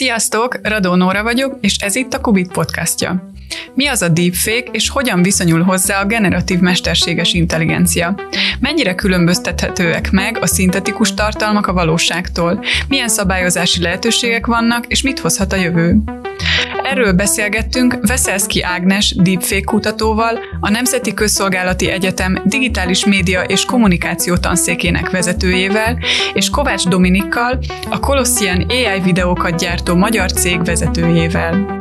Sziasztok, Radó Nóra vagyok, és ez itt a Qubit podcastja. Mi az a deepfake, és hogyan viszonyul hozzá a generatív mesterséges intelligencia? Mennyire különböztethetőek meg a szintetikus tartalmak a valóságtól? Milyen szabályozási lehetőségek vannak, és mit hozhat a jövő? Erről beszélgettünk Veszelszky Ágnes deepfake kutatóval, a Nemzeti Közszolgálati Egyetem digitális média és kommunikáció tanszékének vezetőjével, és Kovács Dominikkal, a Colossian AI videókat gyártó magyar cég vezetőjével.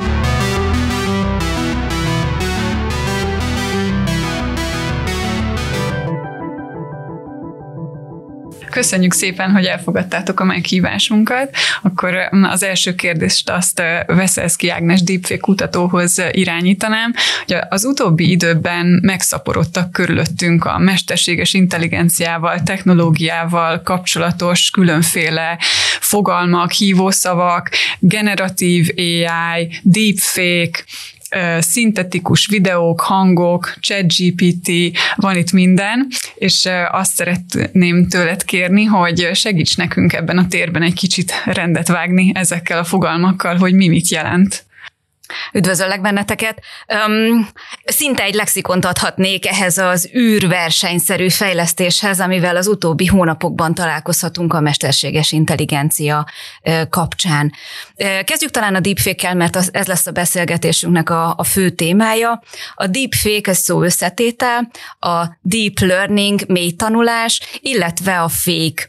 Köszönjük szépen, hogy elfogadtátok a meghívásunkat. Akkor az első kérdést azt Veszelszky Ágnes deepfake kutatóhoz irányítanám, hogy az utóbbi időben megszaporodtak körülöttünk a mesterséges intelligenciával, technológiával kapcsolatos különféle fogalmak, hívószavak, generatív AI, deepfake, szintetikus videók, hangok, ChatGPT, van itt minden, és azt szeretném tőled kérni, hogy segíts nekünk ebben a térben egy kicsit rendet vágni ezekkel a fogalmakkal, hogy mi mit jelent. Üdvözöllek benneteket! Szinte egy lexikont adhatnék ehhez az űrversenyszerű fejlesztéshez, amivel az utóbbi hónapokban találkozhatunk a mesterséges intelligencia kapcsán. Kezdjük talán a deepfake-kel, mert ez lesz a beszélgetésünknek a fő témája. A deepfake, ez szó összetétel, a deep learning, mély tanulás, illetve a fake,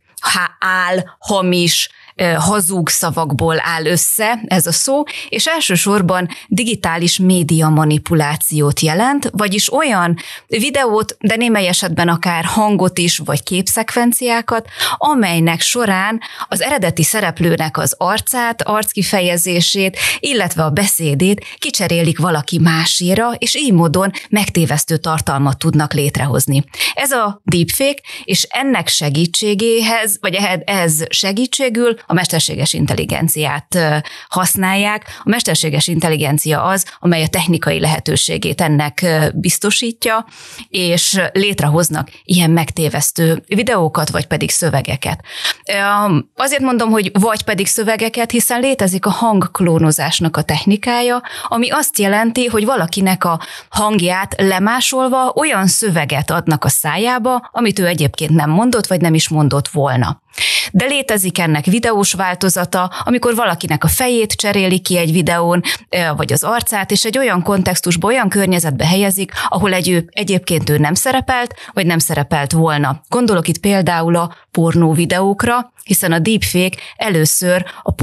hamis, hazug szavakból áll össze ez a szó, és elsősorban digitális média manipulációt jelent, vagyis olyan videót, de némely esetben akár hangot is, vagy képszekvenciákat, amelynek során az eredeti szereplőnek az arcát, arckifejezését, illetve a beszédét kicserélik valaki máséra, és így módon megtévesztő tartalmat tudnak létrehozni. Ez a deepfake, és ennek segítségéhez, vagy ehhez segítségül a mesterséges intelligenciát használják. A mesterséges intelligencia az, amely a technikai lehetőségét ennek biztosítja, és létrehoznak ilyen megtévesztő videókat, vagy pedig szövegeket. Azért mondom, hogy vagy pedig szövegeket, hiszen létezik a hangklónozásnak a technikája, ami azt jelenti, hogy valakinek a hangját lemásolva olyan szöveget adnak a szájába, amit ő egyébként nem mondott, vagy nem is mondott volna. De létezik ennek videós változata, amikor valakinek a fejét cseréli ki egy videón, vagy az arcát, és egy olyan kontextusba, olyan környezetbe helyezik, ahol egyébként ő nem szerepelt, vagy nem szerepelt volna. Gondolok itt például a pornó videókra, hiszen a deepfake először a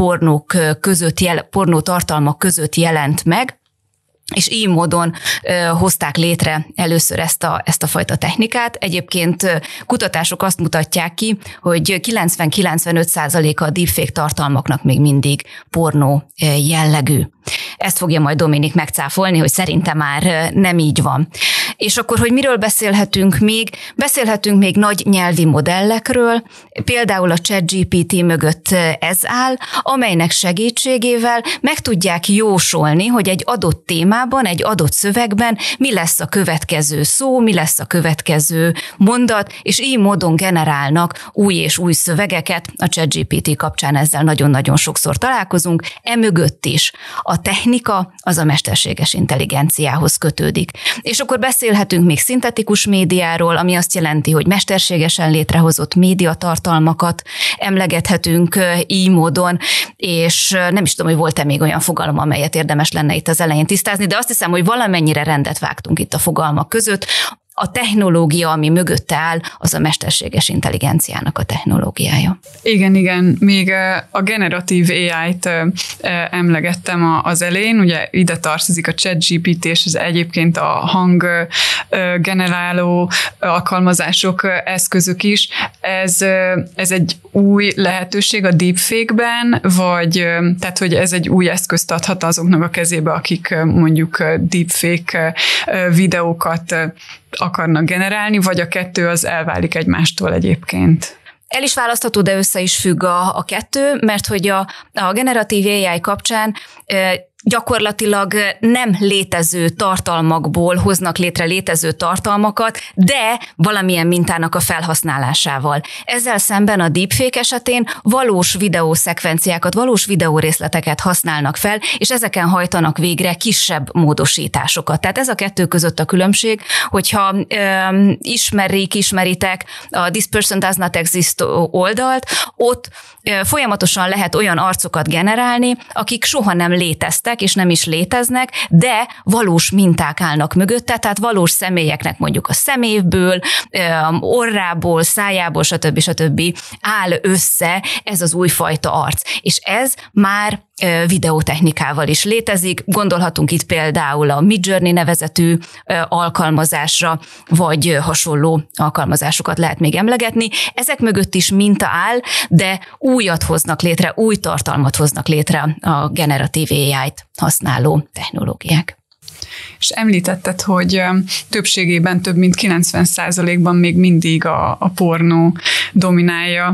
pornótartalmak között jelent meg, és így módon hozták létre először ezt a fajta technikát. Egyébként kutatások azt mutatják ki, hogy 90-95% a deepfake tartalmaknak még mindig pornó jellegű. Ezt fogja majd Dominik megcáfolni, hogy szerintem már nem így van. És akkor, hogy miről beszélhetünk még? Beszélhetünk még nagy nyelvi modellekről, például a ChatGPT mögött ez áll, amelynek segítségével meg tudják jósolni, hogy egy adott témában, egy adott szövegben mi lesz a következő szó, mi lesz a következő mondat, és így módon generálnak új és új szövegeket. A ChatGPT kapcsán ezzel nagyon-nagyon sokszor találkozunk. Emögött is a technika az a mesterséges intelligenciához kötődik. És akkor beszélhetünk még szintetikus médiáról, ami azt jelenti, hogy mesterségesen létrehozott médiatartalmakat emlegethetünk így módon, és nem is tudom, hogy volt-e még olyan fogalom, amelyet érdemes lenne itt az elején tisztázni, de azt hiszem, hogy valamennyire rendet vágtunk itt a fogalmak között. A technológia, ami mögötte áll, az a mesterséges intelligenciának a technológiája. Igen, még a generatív AI-t emlegettem az elején, ugye ide tartozik a ChatGPT, és ez egyébként a hanggeneráló alkalmazások, eszközök is. Ez egy új lehetőség a deepfake-ben, vagy tehát, hogy ez egy új eszközt adhat azoknak a kezébe, akik mondjuk deepfake videókat akarnak generálni, vagy a kettő az elválik egymástól egyébként? El is választható, de össze is függ a kettő, mert hogy a generatív AI kapcsán gyakorlatilag nem létező tartalmakból hoznak létre létező tartalmakat, de valamilyen mintának a felhasználásával. Ezzel szemben a deepfake esetén valós videószekvenciákat, valós videórészleteket használnak fel, és ezeken hajtanak végre kisebb módosításokat. Tehát ez a kettő között a különbség, hogyha ismeritek a This Person Does Not Exist oldalt, ott folyamatosan lehet olyan arcokat generálni, akik soha nem léteztek, és nem is léteznek, de valós minták állnak mögötte, tehát valós személyeknek mondjuk a szemévből, orrából, szájából, stb. Áll össze ez az újfajta arc. És ez már videótechnikával is létezik. Gondolhatunk itt például a Midjourney nevezetű alkalmazásra, vagy hasonló alkalmazásokat lehet még emlegetni. Ezek mögött is minta áll, de újat hoznak létre, új tartalmat hoznak létre a generatív AI-t használó technológiák. És említetted, hogy többségében, több mint 90%-ban még mindig a pornó dominálja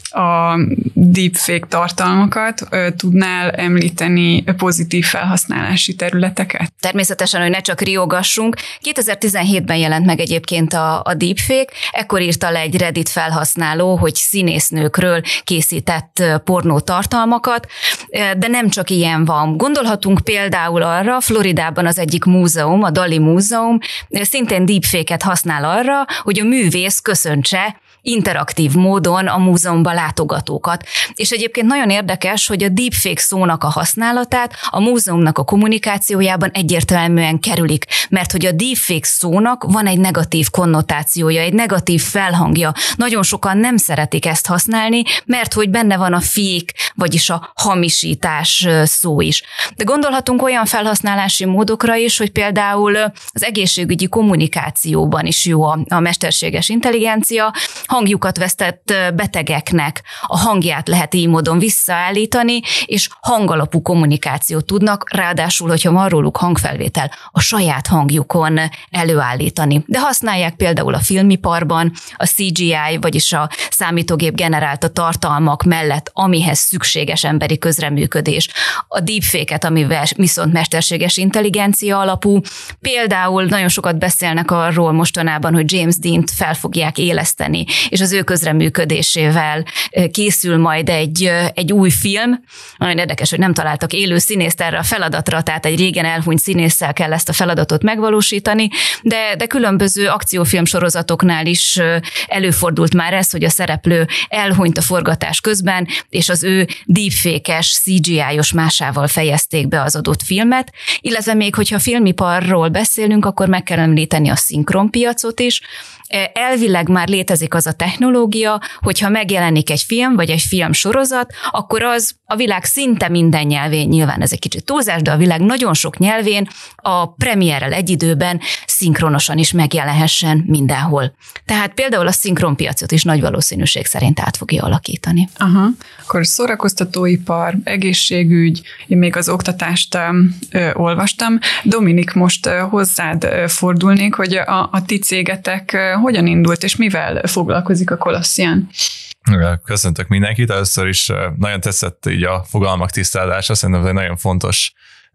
a deepfake tartalmakat. Tudnál említeni pozitív felhasználási területeket? Természetesen, hogy ne csak riogassunk. 2017-ben jelent meg egyébként a deepfake, ekkor írta le egy Reddit felhasználó, hogy színésznőkről készített pornó tartalmakat, de nem csak ilyen van. Gondolhatunk például arra, Floridában az egyik múzeum, a Dali Múzeum szintén deepfake-et használ arra, hogy a művész köszöntse interaktív módon a múzeumban látogatókat. És egyébként nagyon érdekes, hogy a deepfake szónak a használatát a múzeumnak a kommunikációjában egyértelműen kerülik, mert hogy a deepfake szónak van egy negatív konnotációja, egy negatív felhangja. Nagyon sokan nem szeretik ezt használni, mert hogy benne van a fake, vagyis a hamisítás szó is. De gondolhatunk olyan felhasználási módokra is, hogy például az egészségügyi kommunikációban is jó a mesterséges intelligencia, hangjukat vesztett betegeknek a hangját lehet így módon visszaállítani, és hangalapú kommunikációt tudnak, ráadásul, hogyha van róluk hangfelvétel, a saját hangjukon előállítani. De használják például a filmiparban, a CGI, vagyis a számítógép generálta tartalmak mellett, amihez szükséges emberi közreműködés. A deepfake-et, amivel viszont mesterséges intelligencia alapú. Például nagyon sokat beszélnek arról mostanában, hogy James Deant fel fogják éleszteni, és az ő közreműködésével készül majd egy új film. Nagyon érdekes, hogy nem találtak élő színészt erre a feladatra, tehát egy régen elhunyt színésszel kell ezt a feladatot megvalósítani, de különböző akciófilm sorozatoknál is előfordult már ez, hogy a szereplő elhunyt a forgatás közben, és az ő deepfake-es, CGI-os másával fejezték be az adott filmet, illetve még, hogyha filmiparról beszélünk, akkor meg kell említeni a szinkronpiacot is. Elvileg már létezik az a technológia, hogyha megjelenik egy film, vagy egy filmsorozat, akkor az a világ szinte minden nyelvén, nyilván ez egy kicsit túlzás, de a világ nagyon sok nyelvén a premierrel egy időben szinkronosan is megjelenhessen mindenhol. Tehát például a szinkronpiacot is nagy valószínűség szerint át fogja alakítani. Aha. Akkor szórakoztatóipar, egészségügy, én még az oktatást olvastam. Dominik, most hozzád fordulnék, hogy a ti cégetek hogyan indult, és mivel foglalkozik a Colossian? Köszöntök mindenkit. Először is nagyon tetszett így a fogalmak tisztázása, szerintem ez egy nagyon fontos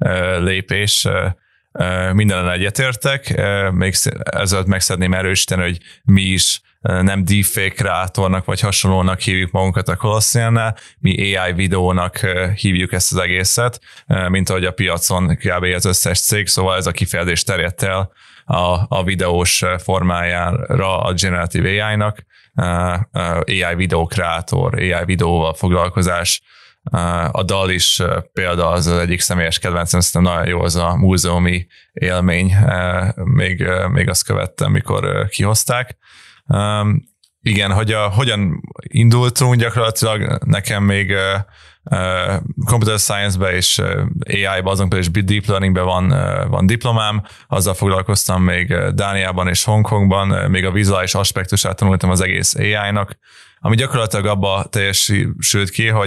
lépés. Mindenen egyetértek, még ezzel meg szeretném erősíteni, hogy mi is nem deepfake kreatornak vagy hasonlónak hívjuk magunkat a Colossiannál, mi AI videónak hívjuk ezt az egészet, mint ahogy a piacon kb. Az összes cég, szóval ez a kifejezés terjedt el a videós formájára a Generative AI-nak, AI videókreátor, AI videóval foglalkozás. A DAL is például az egyik személyes kedvencem, szerintem nagyon jó az a múzeumi élmény, még azt követtem, mikor kihozták. Igen, hogy hogyan indultunk gyakorlatilag, nekem még Computer Science-be és AI-ba, azon például és Deep Learning-ben van diplomám, azzal foglalkoztam még Dániában és Hongkongban, még a vizuális aspektusát tanultam az egész AI-nak, ami gyakorlatilag abba teljesült ki, hogy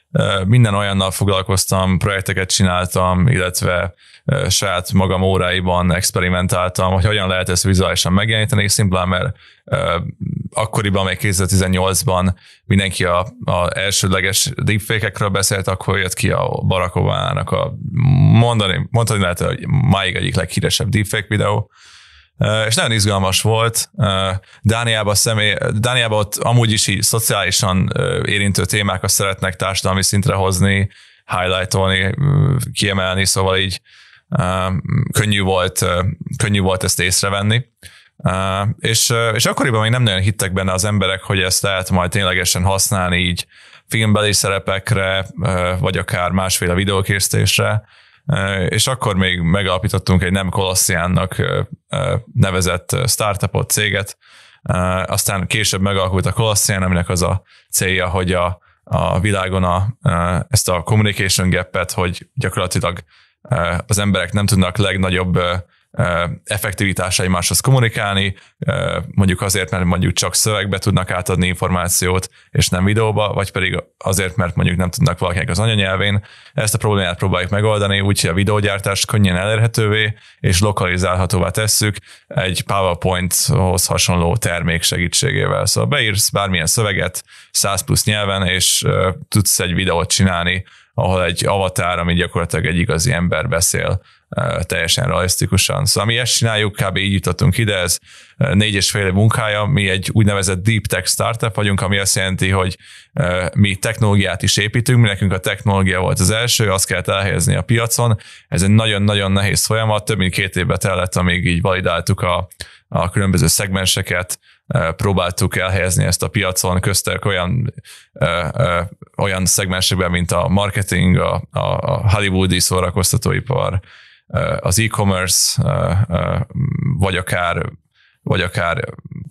minden olyannal foglalkoztam, projekteket csináltam, illetve saját magam óráiban experimentáltam, hogy hogyan lehet ezt vizuálisan megjeleníteni, szimplán, mert akkoriban, még 2018-ban mindenki a elsődleges deepfake-ekről beszélt, akkor jött ki a Barack Obamának mondani lehet, hogy máig egyik leghíresebb deepfake videó, és nagyon izgalmas volt. Dániában ott amúgy is így szociálisan érintő témákat szeretnek társadalmi szintre hozni, highlightolni, kiemelni, szóval így könnyű volt ezt észrevenni. És akkoriban még nem nagyon hittek benne az emberek, hogy ezt lehet majd ténylegesen használni így filmbeli szerepekre, vagy akár másféle videókészítésre, és akkor még megalapítottunk egy nem Colossiannak nevezett startupot, céget, aztán később megalakult a Colossian, aminek az a célja, hogy a világon ezt a communication gap-et, hogy gyakorlatilag az emberek nem tudnak legnagyobb effektivitással egymáshoz kommunikálni, mondjuk azért, mert mondjuk csak szövegbe tudnak átadni információt, és nem videóba, vagy pedig azért, mert mondjuk nem tudnak valakinek az anyanyelvén. Ezt a problémát próbáljuk megoldani, úgyhogy a videógyártást könnyen elérhetővé és lokalizálhatóvá tesszük egy PowerPoint-hoz hasonló termék segítségével. Szóval beírsz bármilyen szöveget 100+ nyelven, és tudsz egy videót csinálni, ahol egy avatár, ami gyakorlatilag egy igazi ember beszél teljesen realisztikusan. Szóval mi ezt csináljuk, kb. Így jutottunk ide, ez 4,5 év munkája, mi egy úgynevezett deep tech startup vagyunk, ami azt jelenti, hogy mi technológiát is építünk, mi nekünk a technológia volt az első, azt kellett elhelyezni a piacon. Ez egy nagyon-nagyon nehéz folyamat, több mint 2 évbe tellett, amíg így validáltuk a különböző szegmenseket, próbáltuk elhelyezni ezt a piacon, köztek olyan szegmensekben, mint a marketing, a hollywoodi szórakoztatóipar, az e-commerce, vagy akár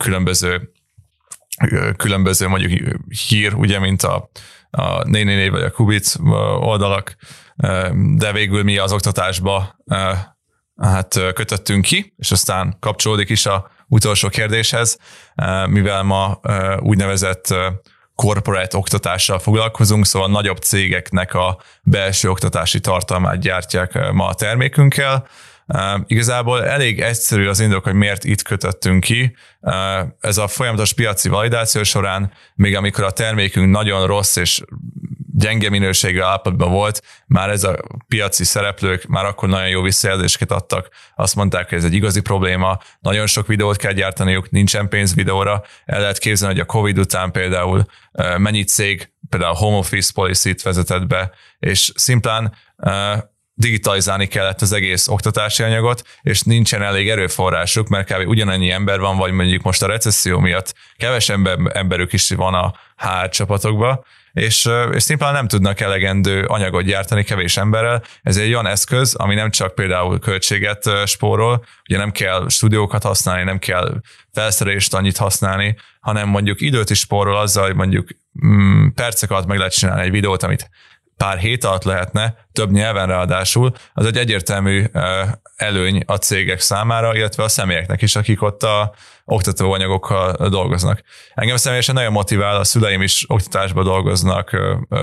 különböző mondjuk hír, ugye, mint a 444 vagy a Kubic oldalak, de végül mi az oktatásba kötöttünk ki, és aztán kapcsolódik is a utolsó kérdéshez, mivel ma úgynevezett corporate oktatással foglalkozunk, szóval nagyobb cégeknek a belső oktatási tartalmát gyártják ma a termékünkkel. Igazából elég egyszerű az indok, hogy miért itt kötöttünk ki. Ez a folyamatos piaci validáció során, még amikor a termékünk nagyon rossz és gyenge minőségű állapotban volt, már ez a piaci szereplők már akkor nagyon jó visszajelzéseket adtak. Azt mondták, hogy ez egy igazi probléma, nagyon sok videót kell gyártaniuk, nincsen pénz videóra. El lehet képzelni, hogy a Covid után például mennyi cég például a home office policy-t vezetett be, és szimplán digitalizálni kellett az egész oktatási anyagot, és nincsen elég erőforrásuk, mert kb. Ugyanannyi ember van, vagy mondjuk most a recesszió miatt kevesebb emberük is van a HR csapatokban, és szimplán nem tudnak elegendő anyagot gyártani kevés emberrel. Ez egy olyan eszköz, ami nem csak például költséget spórol, ugye nem kell stúdiókat használni, nem kell felszerelést annyit használni, hanem mondjuk időt is spórol azzal, hogy mondjuk percek alatt meg lehet csinálni egy videót, amit pár hét alatt lehetne, több nyelven ráadásul, az egy egyértelmű előny a cégek számára, illetve a személyeknek is, akik ott a oktatóanyagokkal dolgoznak. Engem személyesen nagyon motivál, a szüleim is oktatásban dolgoznak,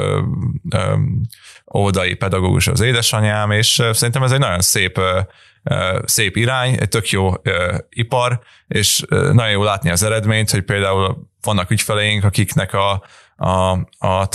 óvodai pedagógus az édesanyám, és szerintem ez egy nagyon szép irány, egy tök jó ipar, és nagyon jó látni az eredményt, hogy például vannak ügyfeleink, akiknek a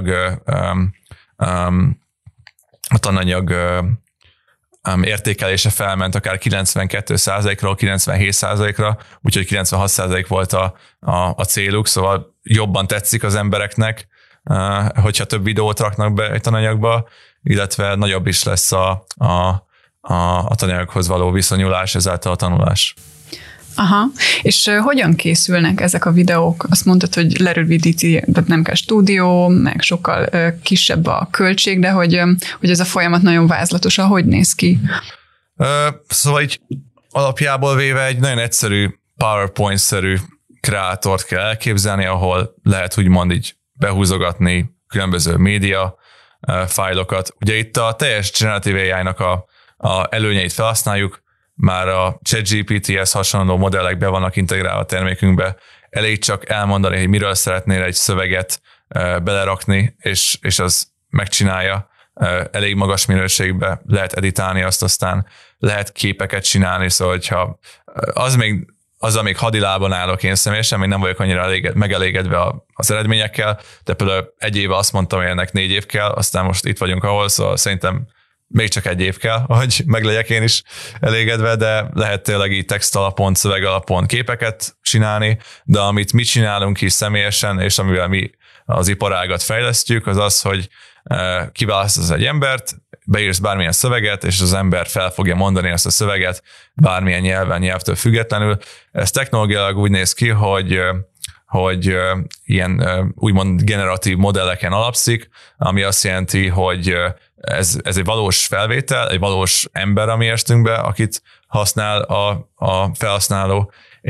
tananyag értékelése felment akár 92%-ról 97%-ra, úgyhogy 96% volt a céluk, szóval jobban tetszik az embereknek, hogyha több videót raknak be egy tananyagba, illetve nagyobb is lesz a tananyaghoz való viszonyulás, ezáltal a tanulás. Aha, és hogyan készülnek ezek a videók? Azt mondtad, hogy lerövidíti, tehát nem kell stúdió, meg sokkal kisebb a költség, de hogy ez a folyamat nagyon vázlatos, hogy néz ki? Szóval így alapjából véve egy nagyon egyszerű PowerPoint-szerű kreátort kell elképzelni, ahol lehet úgymond így behúzogatni különböző média fájlokat. Ugye itt a teljes Generative AI-nak a előnyeit felhasználjuk, már a ChatGPT-hez hasonló modellek be vannak integrálva a termékünkbe. Elég csak elmondani, hogy miről szeretnél egy szöveget belerakni, és az megcsinálja, elég magas minőségben lehet editálni azt, aztán lehet képeket csinálni, szóval hogyha azzal még hadilában állok én személyesen, még nem vagyok annyira megelégedve az eredményekkel, de például egy éve azt mondtam, hogy ennek 4 év kell, aztán most itt vagyunk ahol, szóval szerintem még csak 1 év kell, hogy meglegyek én is elégedve, de lehet tényleg így text alapon, szöveg alapon képeket csinálni, de amit mi csinálunk is személyesen, és amivel mi az iparágat fejlesztjük, az az, hogy kiválasztasz egy embert, beírsz bármilyen szöveget, és az ember fel fogja mondani ezt a szöveget bármilyen nyelvtől függetlenül. Ez technológiailag úgy néz ki, hogy ilyen úgymond generatív modelleken alapszik, ami azt jelenti, hogy ez egy valós felvétel, egy valós ember a mi esetünkben, akit használ a felhasználó,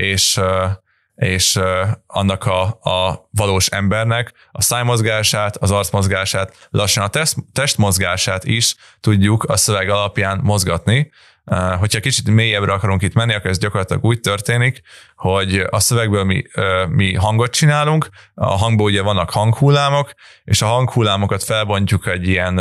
és annak a valós embernek a szájmozgását, az arcmozgását, lassan a testmozgását is tudjuk a szöveg alapján mozgatni. Hogyha kicsit mélyebbre akarunk itt menni, akkor ez gyakorlatilag úgy történik, hogy a szövegből mi hangot csinálunk, a hangból ugye vannak hanghullámok, és a hanghullámokat felbontjuk egy ilyen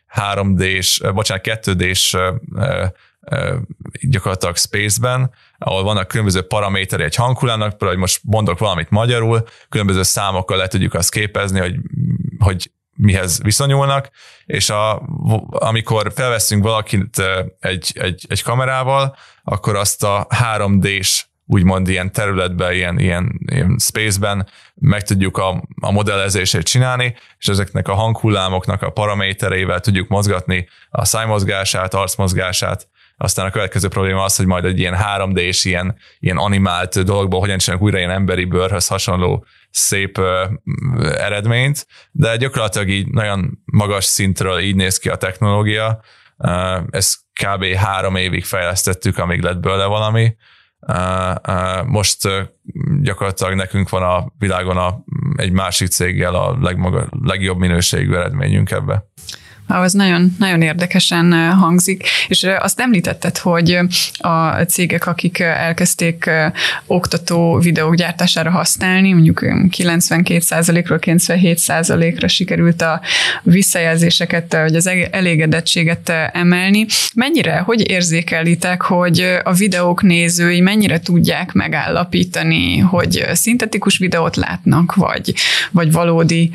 2D-s gyakorlatilag space-ben, ahol vannak különböző paraméteri egy hanghullámnak, például, hogy most mondok valamit magyarul, különböző számokkal le tudjuk azt képezni, hogy mihez viszonyulnak, és amikor felveszünk valakit egy kamerával, akkor azt a 3D-s úgymond ilyen területben, ilyen space-ben meg tudjuk a modellezését csinálni, és ezeknek a hanghullámoknak a paramétereivel tudjuk mozgatni a szájmozgását, arcmozgását. Aztán a következő probléma az, hogy majd egy ilyen 3D-s, ilyen animált dologból hogyan csinálunk újra ilyen emberi bőrhöz hasonló szép eredményt, de gyakorlatilag így nagyon magas szintről így néz ki a technológia. Ezt kb. 3 évig fejlesztettük, amíg lett belőle valami. Most gyakorlatilag nekünk van a világon egy másik céggel a legjobb minőségű eredményünk ebbe. Az nagyon, nagyon érdekesen hangzik, és azt említetted, hogy a cégek, akik elkezdték oktató videók gyártására használni, mondjuk 92%-ról 97%-ra sikerült a visszajelzéseket, vagy az elégedettséget emelni. Hogy érzékelitek, hogy a videók nézői mennyire tudják megállapítani, hogy szintetikus videót látnak, vagy valódi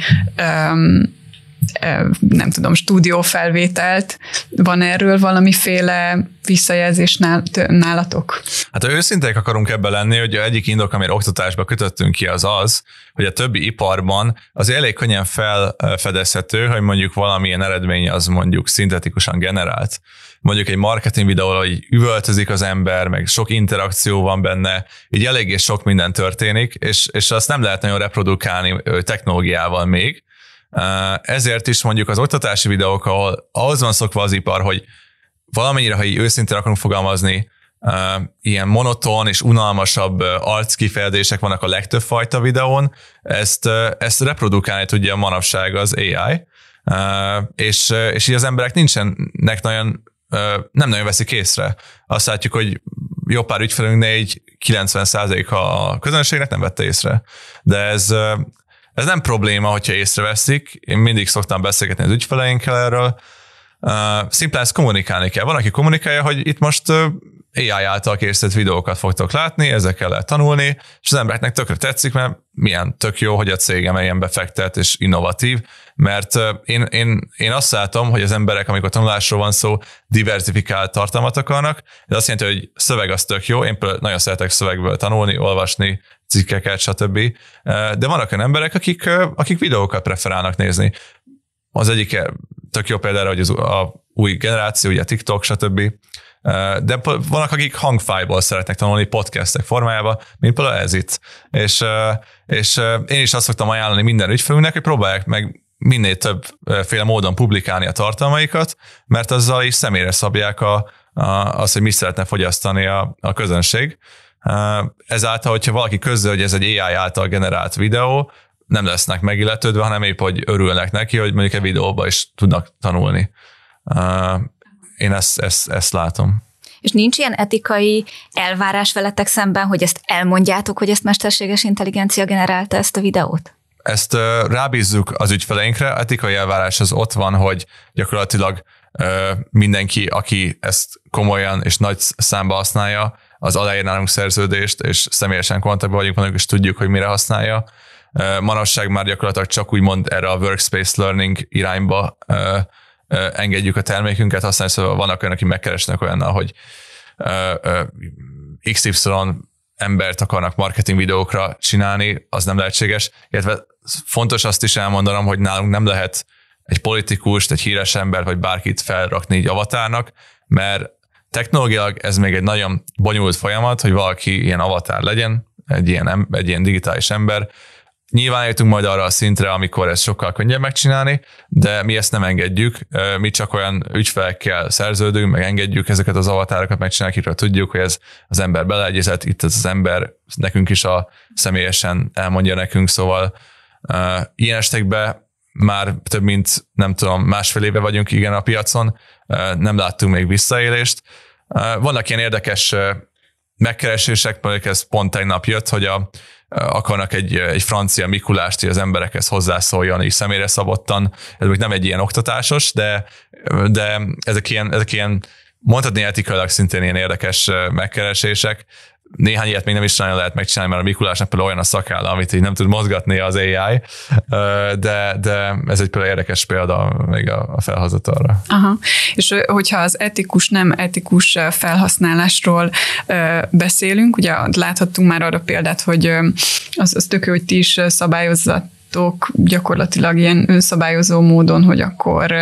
nem tudom, stúdiófelvételt. Van erről valamiféle visszajelzés nálatok? Hát ha őszinték akarunk ebben lenni, hogy egyik indok, amire oktatásba kötöttünk ki, az, hogy a többi iparban az elég könnyen felfedezhető, hogy mondjuk valamilyen eredmény az mondjuk szintetikusan generált. Mondjuk egy marketing videó, hogy üvöltözik az ember, meg sok interakció van benne, így eléggé sok minden történik, és azt nem lehet nagyon reprodukálni technológiával még. Ezért is mondjuk az oktatási videók, ahhoz van szokva az ipar, hogy valamennyire, ha így őszintén akarunk fogalmazni, ilyen monoton és unalmasabb arckifejezések vannak a legtöbb fajta videón, ezt reprodukálni tudja manapság az AI, és így az emberek nem nagyon veszik észre. Azt látjuk, hogy jó pár ügyfelünknél 90%-a a közönségnek nem vette észre. De ez nem probléma, hogyha észreveszik. Én mindig szoktam beszélgetni az ügyfeleinkkel erről. Szimplán ezt kommunikálni kell. Van, aki kommunikálja, hogy itt most AI által készített videókat fogtok látni, ezekkel lehet tanulni, és az embereknek tökre tetszik, mert milyen tök jó, hogy a cégem ilyen befektet és innovatív, mert én azt látom, hogy az emberek, amikor tanulásról van szó, diversifikált tartalmat akarnak, de azt jelenti, hogy szöveg az tök jó, én például nagyon szeretek szövegből tanulni, olvasni, cikkeket, stb. De vannak olyan emberek, akik videókat preferálnak nézni. Az egyik tök jó például, hogy a új generáció, ugye TikTok, stb. De vannak, akik hangfájból szeretnek tanulni podcastek formájába, mint például ez itt. És én is azt szoktam ajánlani minden ügyfelünknek, hogy próbálják meg minél többféle módon publikálni a tartalmaikat, mert azzal is személyre szabják azt, hogy mit szeretne fogyasztani a közönség. Ezáltal, hogyha valaki közöl, hogy ez egy AI által generált videó, nem lesznek megilletődve, hanem épp, hogy örülnek neki, hogy mondjuk egy videóban is tudnak tanulni. Én ezt látom. És nincs ilyen etikai elvárás veletek szemben, hogy ezt elmondjátok, hogy ezt mesterséges intelligencia generálta ezt a videót? ezt rábízzuk az ügyfeleinkre, etikai elvárás az ott van, hogy gyakorlatilag mindenki, aki ezt komolyan és nagy számba használja, az aláír nálunk szerződést, és személyesen kontaktban vagyunk velük, és tudjuk, hogy mire használja. Manapság már gyakorlatilag csak úgymond erre a workspace learning irányba engedjük a termékünket, használni, szóval vannak olyanok, akik megkeresnek olyannal, hogy XY embert akarnak marketing videókra csinálni, az nem lehetséges. Illetve fontos azt is elmondanom, hogy nálunk nem lehet egy politikust, egy híres ember, vagy bárkit felrakni így avatárnak, mert technológiailag ez még egy nagyon bonyolult folyamat, hogy valaki ilyen avatár legyen, egy ilyen digitális ember. Nyilván jutunk majd arra a szintre, amikor ez sokkal könnyebb megcsinálni, de mi ezt nem engedjük. Mi csak olyan ügyfelekkel szerződünk, meg engedjük ezeket az avatárokat megcsinálni, akikről tudjuk, hogy ez az ember beleegyezett, itt ez az ember nekünk is személyesen elmondja nekünk, szóval ilyen esetekben már több mint, nem tudom, másfél éve vagyunk igen a piacon, nem láttunk még visszaélést. Vannak ilyen érdekes megkeresések, mondjuk ez pont tegnap jött, hogy akarnak egy francia Mikulást, hogy az emberekhez hozzászóljon, és személyre szabottan. Ez még nem egy ilyen oktatásos, de ezek ilyen mondhatni etikailag szintén ilyen érdekes megkeresések. Néhány ilyet még nem is nagyon lehet megcsinálni, mert a Mikulásnak például olyan a szakálla, amit így nem tud mozgatni az AI, de ez egy például érdekes példa még a felhozatalra. Aha. És hogyha az etikus, nem etikus felhasználásról beszélünk, ugye láthattunk már arra példát, hogy az tök jó, hogy ti is szabályozzatok gyakorlatilag ilyen önszabályozó módon, hogy akkor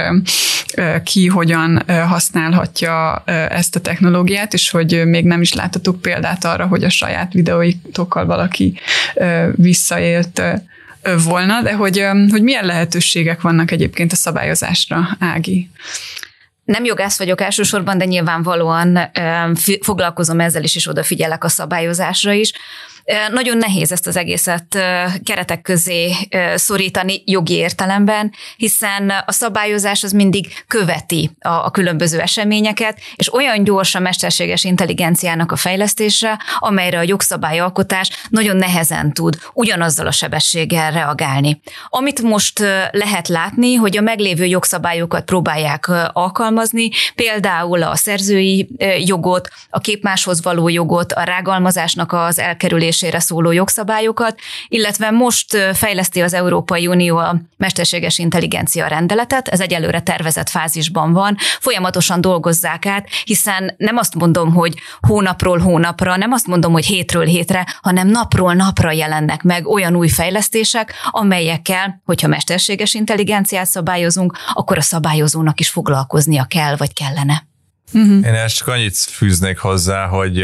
ki hogyan használhatja ezt a technológiát, és hogy még nem is láttatok példát arra, hogy a saját videóitokkal valaki visszaélt volna, de hogy milyen lehetőségek vannak egyébként a szabályozásra, Ági? Nem jogász vagyok elsősorban, de nyilvánvalóan foglalkozom ezzel is, és odafigyelek a szabályozásra is. Nagyon nehéz ezt az egészet keretek közé szorítani jogi értelemben, hiszen a szabályozás az mindig követi a különböző eseményeket, és olyan gyors a mesterséges intelligenciának a fejlesztése, amelyre a jogszabályalkotás nagyon nehezen tud ugyanazzal a sebességgel reagálni. Amit most lehet látni, hogy a meglévő jogszabályokat próbálják alkalmazni, például a szerzői jogot, a képmáshoz való jogot, a rágalmazásnak az elkerülésére szóló jogszabályokat, illetve most fejleszti az Európai Unió a mesterséges intelligencia rendeletet, ez egyelőre tervezett fázisban van, folyamatosan dolgozzák át, hiszen nem azt mondom, hogy hónapról hónapra, nem azt mondom, hogy hétről hétre, hanem napról napra jelennek meg olyan új fejlesztések, amelyekkel, hogyha mesterséges intelligenciát szabályozunk, akkor a szabályozónak is foglalkoznia kell, vagy kellene. Én ezt csak annyit fűznék hozzá, hogy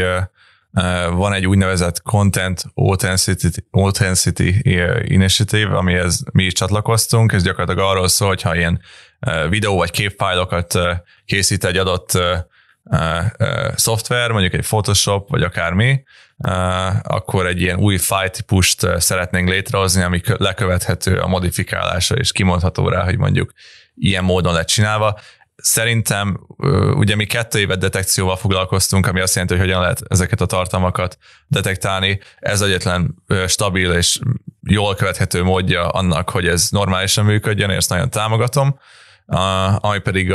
van egy úgynevezett Content Authenticity Initiative, amihez mi is csatlakoztunk, ez gyakorlatilag arról szól, hogyha ilyen videó vagy képfájlokat készít egy adott szoftver, mondjuk egy Photoshop, vagy akármi, akkor egy ilyen új fájltípust szeretnénk létrehozni, ami lekövethető a modifikálásra, és kimondható rá, hogy mondjuk ilyen módon lett csinálva. Szerintem ugye mi 2 évet detekcióval foglalkoztunk, ami azt jelenti, hogy hogyan lehet ezeket a tartalmakat detektálni. Ez egyetlen stabil és jól követhető módja annak, hogy ez normálisan működjön, és ezt nagyon támogatom. Ami pedig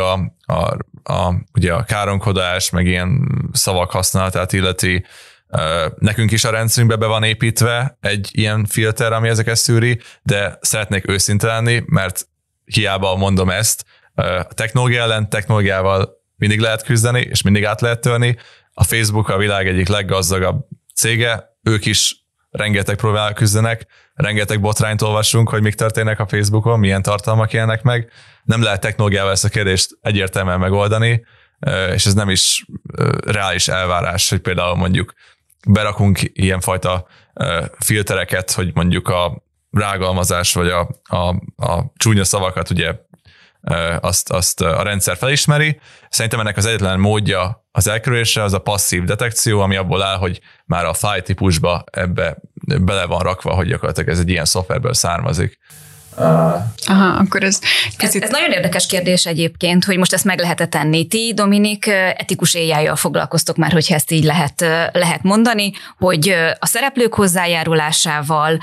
ugye a káromkodás, meg ilyen szavak használatát illeti, nekünk is a rendszerünkbe be van építve egy ilyen filter, ami ezeket szűri, de szeretnék őszinte lenni, mert hiába mondom ezt, a technológia ellen technológiával mindig lehet küzdeni, és mindig át lehet törni. A Facebook a világ egyik leggazdagabb cége, ők is rengeteg próbálják küzdenek, rengeteg botrányt olvasunk, hogy mik történnek a Facebookon, milyen tartalmak jelennek meg. Nem lehet technológiával ezt a kérdést egyértelműen megoldani, és ez nem is reális elvárás, hogy például mondjuk berakunk ilyenfajta filtereket, hogy mondjuk a rágalmazás vagy a csúnya szavakat ugye azt a rendszer felismeri. Szerintem ennek az egyetlen módja az elkerülése az a passzív detekció, ami abból áll, hogy már a fájltípusba ebbe bele van rakva, hogy gyakorlatilag ez egy ilyen szoftverből származik. Akkor ez kicsit... Ez nagyon érdekes kérdés egyébként, hogy most ezt meg lehet tenni. Ti, Dominik, etikus AI-jal foglalkoztok már, hogyha ezt így lehet mondani, hogy a szereplők hozzájárulásával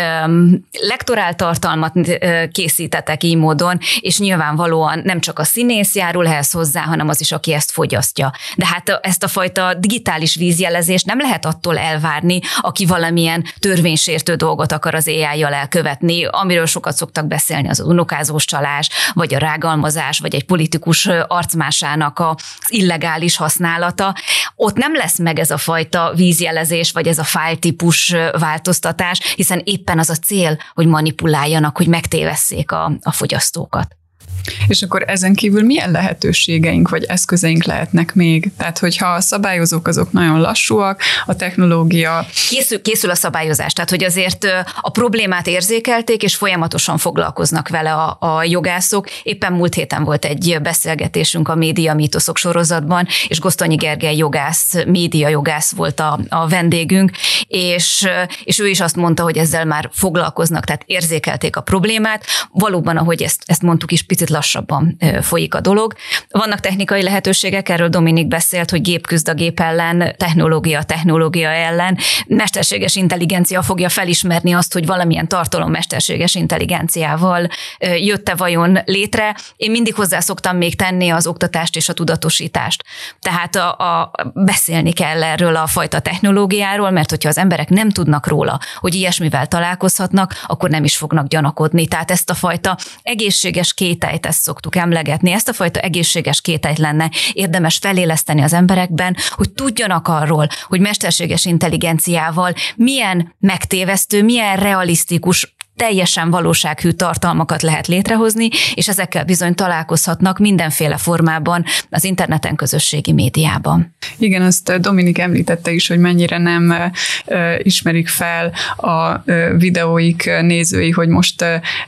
lektorált tartalmat készítetek így módon, és nyilvánvalóan nem csak a színész járul ehhez hozzá, hanem az is, aki ezt fogyasztja. De hát ezt a fajta digitális vízjelezést nem lehet attól elvárni, aki valamilyen törvénysértő dolgot akar az AI-jal elkövetni, amiről sokat szoktak beszélni, az unokázós csalás, vagy a rágalmazás, vagy egy politikus arcmásának az illegális használata. Ott nem lesz meg ez a fajta vízjelezés, vagy ez a fájltípus változtatás, hiszen éppen az a cél, hogy manipuláljanak, hogy megtévesszék a fogyasztókat. És akkor ezen kívül milyen lehetőségeink vagy eszközeink lehetnek még? Tehát, hogyha a szabályozók azok nagyon lassúak, a technológia... Készül a szabályozás, tehát hogy azért a problémát érzékelték, és folyamatosan foglalkoznak vele a jogászok. Éppen múlt héten volt egy beszélgetésünk a Média mítoszok sorozatban, és Gosztonyi Gergely jogász, média jogász volt a vendégünk, és ő is azt mondta, hogy ezzel már foglalkoznak, tehát érzékelték a problémát. Valóban, ahogy ezt mondtuk is, picit lassabban folyik a dolog. Vannak technikai lehetőségek, erről Dominik beszélt, hogy gép küzd a gép ellen, technológia ellen. Mesterséges intelligencia fogja felismerni azt, hogy valamilyen tartalom mesterséges intelligenciával jött-e vajon létre. Én mindig hozzá szoktam még tenni az oktatást és a tudatosítást. Tehát beszélni kell erről a fajta technológiáról, mert hogyha az emberek nem tudnak róla, hogy ilyesmivel találkozhatnak, akkor nem is fognak gyanakodni. Tehát ezt a fajta egészséges kételyt, ezt szoktuk emlegetni, ezt a fajta egészséges kételyt lenne érdemes feléleszteni az emberekben, hogy tudjanak arról, hogy mesterséges intelligenciával milyen megtévesztő, milyen realisztikus, teljesen valósághű tartalmakat lehet létrehozni, és ezekkel bizony találkozhatnak mindenféle formában az interneten, közösségi médiában. Igen, azt Dominik említette is, hogy mennyire nem ismerik fel a videóik nézői, hogy most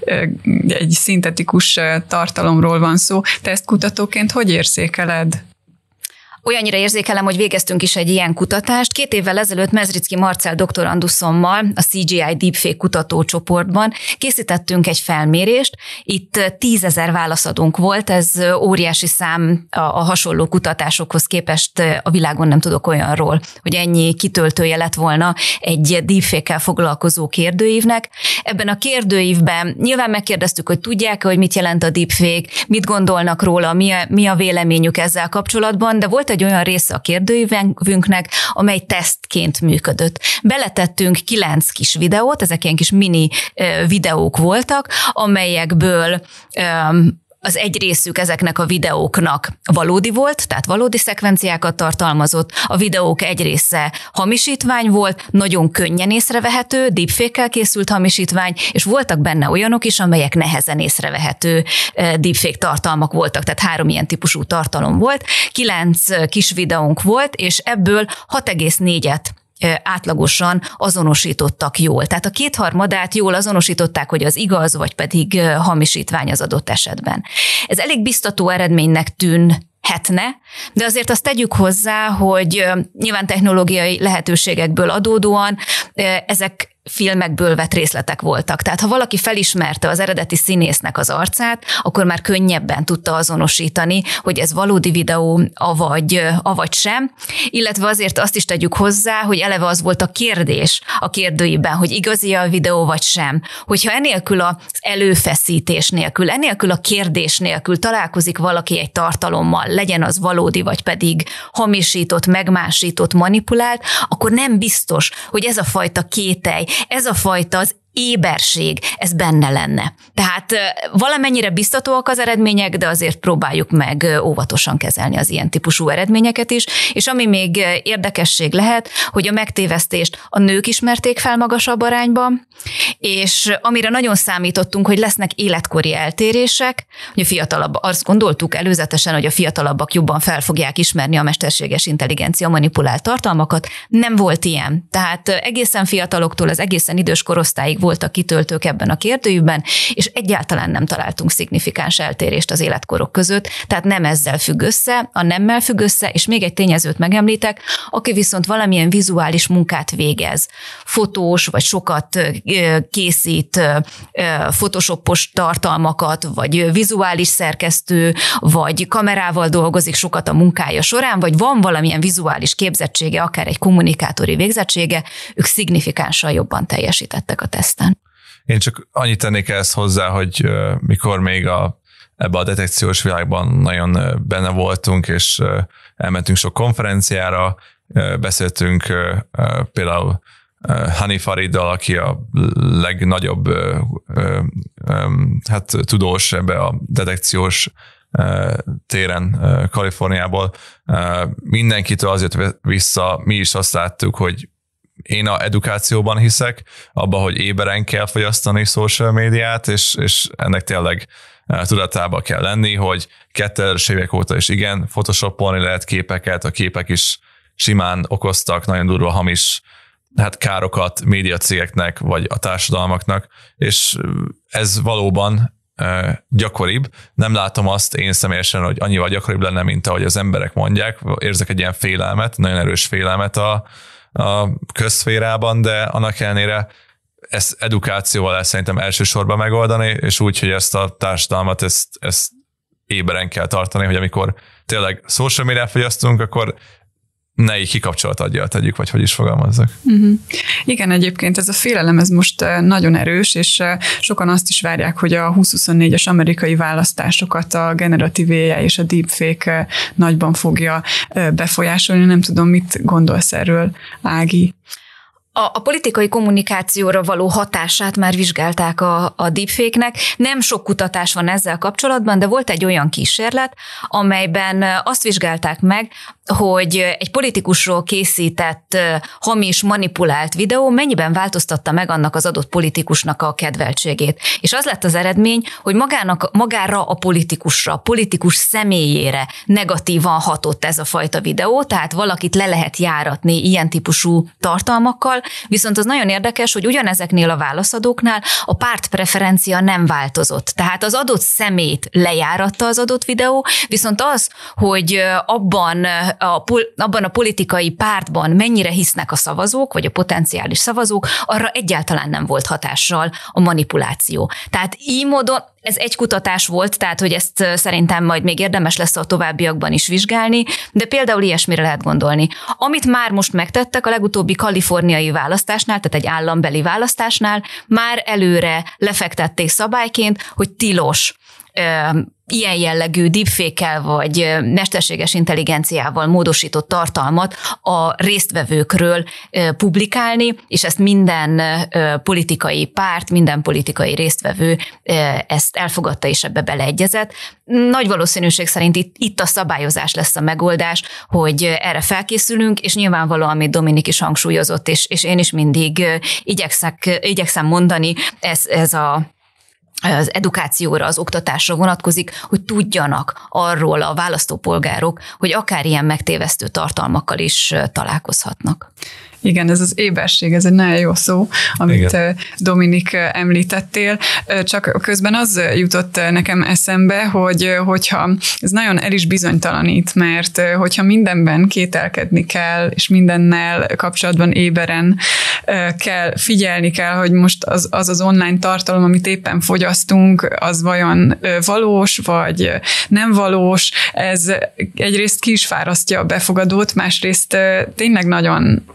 egy szintetikus tartalomról van szó. Te ezt kutatóként hogy érzékeled? Olyannyira érzékelem, hogy végeztünk is egy ilyen kutatást. 2 évvel ezelőtt Mezricki Marcell doktoranduszommal a CGI Deepfake kutatócsoportban készítettünk egy felmérést. Itt 10 000 válaszadónk volt, ez óriási szám a hasonló kutatásokhoz képest, a világon nem tudok olyanról, hogy ennyi kitöltője lett volna egy deepfake-kel foglalkozó kérdőívnek. Ebben a kérdőívben nyilván megkérdeztük, hogy tudják, hogy mit jelent a deepfake, mit gondolnak róla, mi a véleményük ezzel kapcsolatban, de volt egy olyan része a kérdőívünknek, amely tesztként működött. Beletettünk 9 kis videót, ezek ilyen kis mini videók voltak, amelyekből az egy részük ezeknek a videóknak valódi volt, tehát valódi szekvenciákat tartalmazott, a videók egy része hamisítvány volt, nagyon könnyen észrevehető, deepfake-kel készült hamisítvány, és voltak benne olyanok is, amelyek nehezen észrevehető deepfake tartalmak voltak, tehát 3 ilyen típusú tartalom volt, 9 kis videónk volt, és ebből 6,4-et átlagosan azonosítottak jól. Tehát a 2/3 jól azonosították, hogy az igaz, vagy pedig hamisítvány az adott esetben. Ez elég biztató eredménynek tűnhetne, de azért azt tegyük hozzá, hogy nyilván technológiai lehetőségekből adódóan ezek filmekből vett részletek voltak. Tehát ha valaki felismerte az eredeti színésznek az arcát, akkor már könnyebben tudta azonosítani, hogy ez valódi videó, avagy sem. Illetve azért azt is tegyük hozzá, hogy eleve az volt a kérdés a kérdőiben, hogy igazi a videó vagy sem. Hogyha enélkül az előfeszítés nélkül, enélkül a kérdés nélkül találkozik valaki egy tartalommal, legyen az valódi, vagy pedig hamisított, megmásított, manipulált, akkor nem biztos, hogy ez a fajta kételj, ez a fajta az éberség, ez benne lenne. Tehát valamennyire biztatóak az eredmények, de azért próbáljuk meg óvatosan kezelni az ilyen típusú eredményeket is, és ami még érdekesség lehet, hogy a megtévesztést a nők ismerték fel magasabb arányban, és amire nagyon számítottunk, hogy lesznek életkori eltérések, hogy a fiatalabb, azt gondoltuk előzetesen, hogy a fiatalabbak jobban fel fogják ismerni a mesterséges intelligencia manipulált tartalmakat, nem volt ilyen. Tehát egészen fiataloktól az egészen idős korosztályig voltak kitöltők ebben a kérdőjűben, és egyáltalán nem találtunk szignifikáns eltérést az életkorok között, tehát nem ezzel függ össze, a nemmel függ össze, és még egy tényezőt megemlítek, aki viszont valamilyen vizuális munkát végez, fotós, vagy sokat készít photoshopos tartalmakat, vagy vizuális szerkesztő, vagy kamerával dolgozik sokat a munkája során, vagy van valamilyen vizuális képzettsége, akár egy kommunikátori végzettsége, ők szignifikánsan jobban teljesítettek a teszten. Én csak annyit tennék ezt hozzá, hogy mikor még ebbe a detekciós világban nagyon benne voltunk, és elmentünk sok konferenciára, beszéltünk például Hani Fariddal, aki a legnagyobb tudós ebbe a detekciós téren Kaliforniából. Mindenkitől azért vissza, mi is azt láttuk, hogy én a edukációban hiszek, abban, hogy éberen kell fogyasztani social médiát, és ennek tényleg tudatában kell lenni, hogy 2000-es évek óta is igen, photoshopolni lehet képeket, a képek is simán okoztak nagyon durva hamis károkat médiacégeknek, vagy a társadalmaknak, és ez valóban gyakoribb. Nem látom azt én személyesen, hogy annyival gyakoribb lenne, mint ahogy az emberek mondják. Érzek egy ilyen félelmet, nagyon erős félelmet a közszférában, de annak ellenére ezt edukációval lehet szerintem elsősorban megoldani, és úgy, hogy ezt a társadalmat, ezt éberen kell tartani, hogy amikor tényleg social médiát fogyasztunk, akkor ne így kikapcsolt aggyal tegyük, vagy hogy is fogalmazzak. Uh-huh. Igen, egyébként ez a félelem, ez most nagyon erős, és sokan azt is várják, hogy a 2024-es amerikai választásokat a generatív AI és a deepfake nagyban fogja befolyásolni. Nem tudom, mit gondolsz erről, Ági? A politikai kommunikációra való hatását már vizsgálták a deepfake-nek. Nem sok kutatás van ezzel kapcsolatban, de volt egy olyan kísérlet, amelyben azt vizsgálták meg, hogy egy politikusról készített hamis, manipulált videó mennyiben változtatta meg annak az adott politikusnak a kedveltségét. És az lett az eredmény, hogy magára a politikusra, a politikus személyére negatívan hatott ez a fajta videó, tehát valakit le lehet járatni ilyen típusú tartalmakkal, viszont az nagyon érdekes, hogy ugyanezeknél a válaszadóknál a pártpreferencia nem változott. Tehát az adott személyt lejáratta az adott videó, viszont az, hogy abban a politikai pártban mennyire hisznek a szavazók, vagy a potenciális szavazók, arra egyáltalán nem volt hatással a manipuláció. Tehát így módon ez egy kutatás volt, tehát hogy ezt szerintem majd még érdemes lesz a továbbiakban is vizsgálni, de például ilyesmire lehet gondolni. Amit már most megtettek a legutóbbi kaliforniai választásnál, tehát egy állambeli választásnál, már előre lefektették szabályként, hogy tilos ilyen jellegű deepfake-kel vagy mesterséges intelligenciával módosított tartalmat a résztvevőkről publikálni, és ezt minden politikai párt, minden politikai résztvevő ezt elfogadta és ebbe beleegyezett. Nagy valószínűség szerint itt a szabályozás lesz a megoldás, hogy erre felkészülünk, és nyilvánvalóan, amit Dominik is hangsúlyozott, és én is mindig igyekszem mondani, ez az edukációra, az oktatásra vonatkozik, hogy tudjanak arról a választópolgárok, hogy akár ilyen megtévesztő tartalmakkal is találkozhatnak. Igen, ez az éberség, ez egy nagyon jó szó, amit igen. Dominik említettél. Csak közben az jutott nekem eszembe, hogyha ez nagyon el is bizonytalanít, mert hogyha mindenben kételkedni kell, és mindennel kapcsolatban éberen kell, figyelni kell, hogy most az online tartalom, amit éppen fogyasztunk, az vajon valós, vagy nem valós, ez egyrészt ki is fárasztja a befogadót, másrészt tényleg nagyon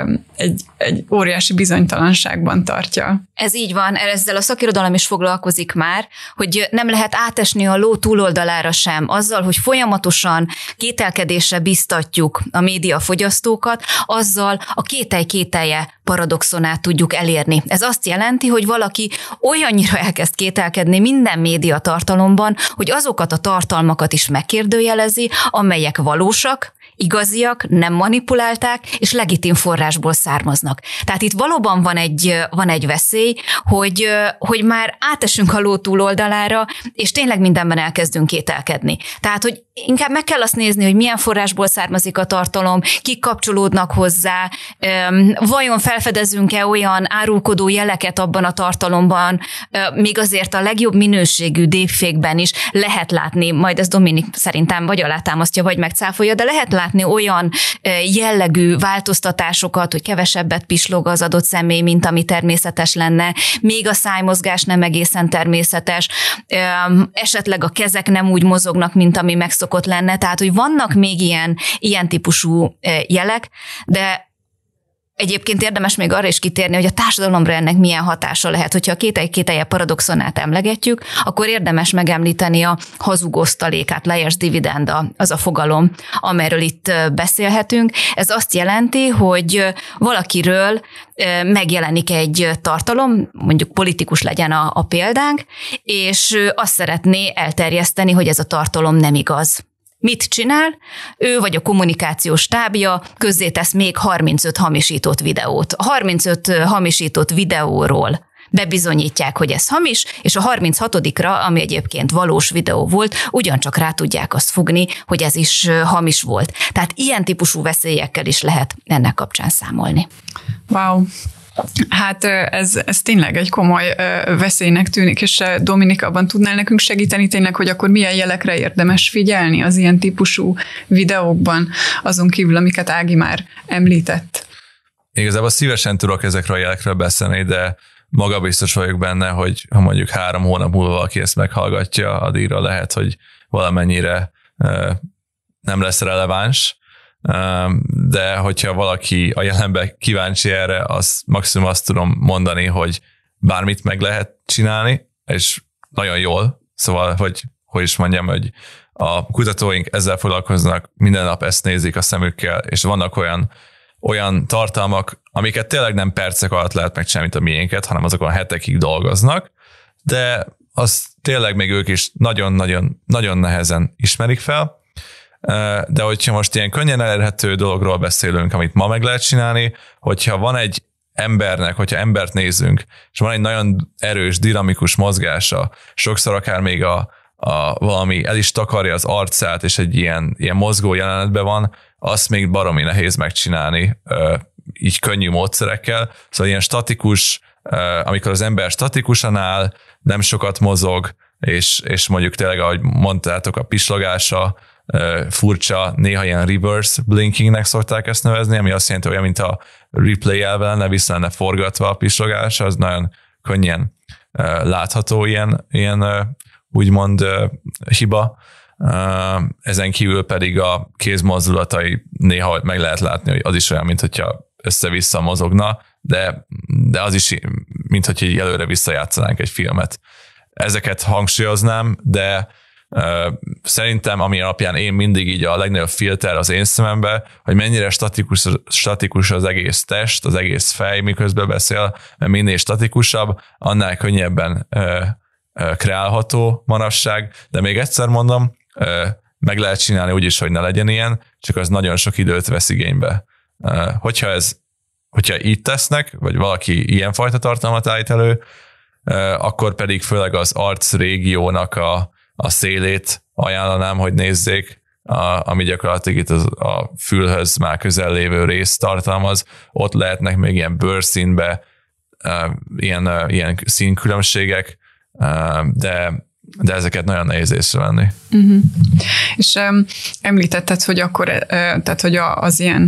egy óriási bizonytalanságban tartja. Ez így van, ezzel a szakirodalom is foglalkozik már, hogy nem lehet átesni a ló túloldalára sem, azzal, hogy folyamatosan kételkedésre biztatjuk a médiafogyasztókat, azzal a kételje paradoxonát tudjuk elérni. Ez azt jelenti, hogy valaki olyannyira elkezd kételkedni minden média tartalomban, hogy azokat a tartalmakat is megkérdőjelezi, amelyek valósak, igaziak, nem manipulálták, és legitim forrásból származnak. Tehát itt valóban van egy veszély, hogy már átesünk a ló túloldalára, és tényleg mindenben elkezdünk kételkedni. Tehát, hogy inkább meg kell azt nézni, hogy milyen forrásból származik a tartalom, kik kapcsolódnak hozzá, vajon felfedezünk-e olyan árulkodó jeleket abban a tartalomban, még azért a legjobb minőségű deepfake-ben is lehet látni, majd ez Dominik szerintem vagy alátámasztja, vagy megcáfolja, de lehet látni olyan jellegű változtatásokat, hogy kevesebbet pislog az adott személy, mint ami természetes lenne, még a szájmozgás nem egészen természetes, esetleg a kezek nem úgy mozognak, mint ami megszokott lenne, tehát hogy vannak még ilyen típusú jelek, de egyébként érdemes még arra is kitérni, hogy a társadalomra ennek milyen hatása lehet. Hogyha a kételje paradoxonát emlegetjük, akkor érdemes megemlíteni a hazugosztalékát, liar's dividend az a fogalom, amelyről itt beszélhetünk. Ez azt jelenti, hogy valakiről megjelenik egy tartalom, mondjuk politikus legyen a példánk, és azt szeretné elterjeszteni, hogy ez a tartalom nem igaz. Mit csinál? Ő vagy a kommunikációs stábja közzétesz még 35 hamisított videót. A 35 hamisított videóról bebizonyítják, hogy ez hamis, és a 36-ra, ami egyébként valós videó volt, ugyancsak rá tudják azt fogni, hogy ez is hamis volt. Tehát ilyen típusú veszélyekkel is lehet ennek kapcsán számolni. Wow! Hát ez tényleg egy komoly veszélynek tűnik, és Dominik, abban tudnál nekünk segíteni tényleg, hogy akkor milyen jelekre érdemes figyelni az ilyen típusú videókban, azon kívül, amiket Ági már említett? Igazából szívesen tudok ezekről a jelekről beszélni, de magabiztos vagyok benne, hogy ha mondjuk 3 hónap múlva valaki ezt meghallgatja, addigra lehet, hogy valamennyire nem lesz releváns, de hogyha valaki a jelenben kíváncsi erre, az maximum azt tudom mondani, hogy bármit meg lehet csinálni, és nagyon jól. Szóval, hogy is mondjam, hogy a kutatóink ezzel foglalkoznak, minden nap ezt nézik a szemükkel, és vannak olyan tartalmak, amiket tényleg nem percek alatt lehet megcsinálni, mint a miénket, hanem azokon hetekig dolgoznak, de azt tényleg még ők is nagyon nehezen ismerik fel. De hogyha most ilyen könnyen elérhető dologról beszélünk, amit ma meg lehet csinálni, hogyha van egy embernek, hogyha embert nézünk, és van egy nagyon erős, dinamikus mozgása, sokszor akár még valami el is takarja az arcát, és egy ilyen mozgó jelenetben van, azt még baromi nehéz megcsinálni így könnyű módszerekkel. Szóval ilyen statikus, amikor az ember statikusan áll, nem sokat mozog, és mondjuk tényleg, ahogy mondtátok, a pislogása furcsa, néha ilyen reverse blinkingnek szokták ezt nevezni, ami azt jelenti, olyan, mint a replay elve lenne, vissza lenne forgatva a pislogás, az nagyon könnyen látható ilyen úgymond hiba. Ezen kívül pedig a kézmozdulatai néha meg lehet látni, hogy az is olyan, mint hogyha össze-vissza mozogna, de az is, mint hogy előre visszajátszanánk egy filmet. Ezeket hangsúlyoznám, de szerintem, ami alapján én mindig így a legnagyobb filter az én szemembe, hogy mennyire statikus az egész test, az egész fej, miközben beszél, mert minél statikusabb, annál könnyebben kreálható manapság, de még egyszer mondom, meg lehet csinálni úgy is, hogy ne legyen ilyen, csak az nagyon sok időt vesz igénybe. Hogyha így tesznek, vagy valaki ilyenfajta tartalmat állít elő, akkor pedig főleg az arc régiónak a szélét ajánlanám, hogy nézzék, ami gyakorlatilag itt a fülhöz már közel lévő részt tartalmaz. Ott lehetnek még ilyen bőrszínbe ilyen színkülönbségek, de ezeket nagyon nehéz észrevenni. Uh-huh. És említetted, hogy akkor, tehát hogy az ilyen,